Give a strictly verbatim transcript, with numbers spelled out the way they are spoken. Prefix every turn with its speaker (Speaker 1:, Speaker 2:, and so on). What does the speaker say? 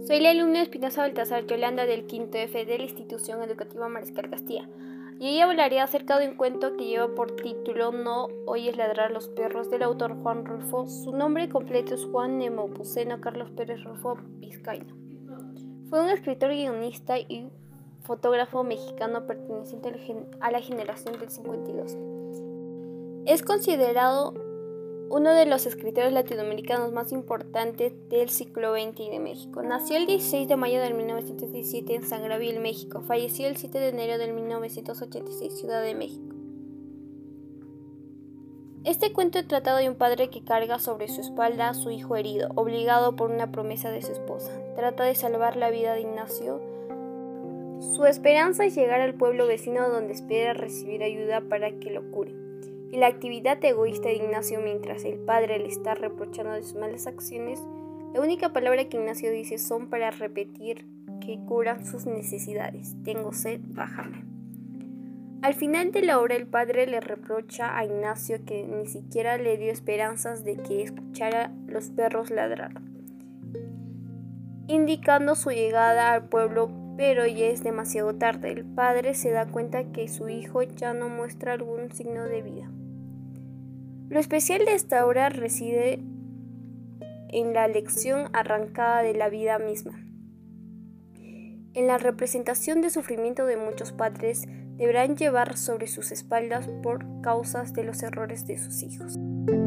Speaker 1: Soy la alumna Espinosa Baltasar Yolanda del quinto F de la Institución Educativa Mariscal Castilla, y hoy hablaré acerca de un cuento que lleva por título No oyes ladrar los perros, del autor Juan Rulfo. Su nombre completo es Juan Nepomuceno Carlos Pérez Rulfo Vizcaíno. Fue un escritor, guionista y fotógrafo mexicano perteneciente a la generación del cincuenta y dos. Es considerado uno de los escritores latinoamericanos más importantes del siglo veinte y de México. Nació el dieciséis de mayo de mil novecientos diecisiete en San Gabriel, México. Falleció el siete de enero de mil novecientos ochenta y seis, Ciudad de México. Este cuento trata de un padre que carga sobre su espalda a su hijo herido, obligado por una promesa de su esposa. Trata de salvar la vida de Ignacio. Su esperanza es llegar al pueblo vecino donde espera recibir ayuda para que lo cure. Y la actividad egoísta de Ignacio mientras el padre le está reprochando de sus malas acciones, la única palabra que Ignacio dice son para repetir que curan sus necesidades. Tengo sed, bájame. Al final de la obra el padre le reprocha a Ignacio que ni siquiera le dio esperanzas de que escuchara los perros ladrar, indicando su llegada al pueblo, pero ya es demasiado tarde. El padre se da cuenta que su hijo ya no muestra algún signo de vida. Lo especial de esta obra reside en la lección arrancada de la vida misma, en la representación de sufrimiento de muchos padres deberán llevar sobre sus espaldas por causas de los errores de sus hijos.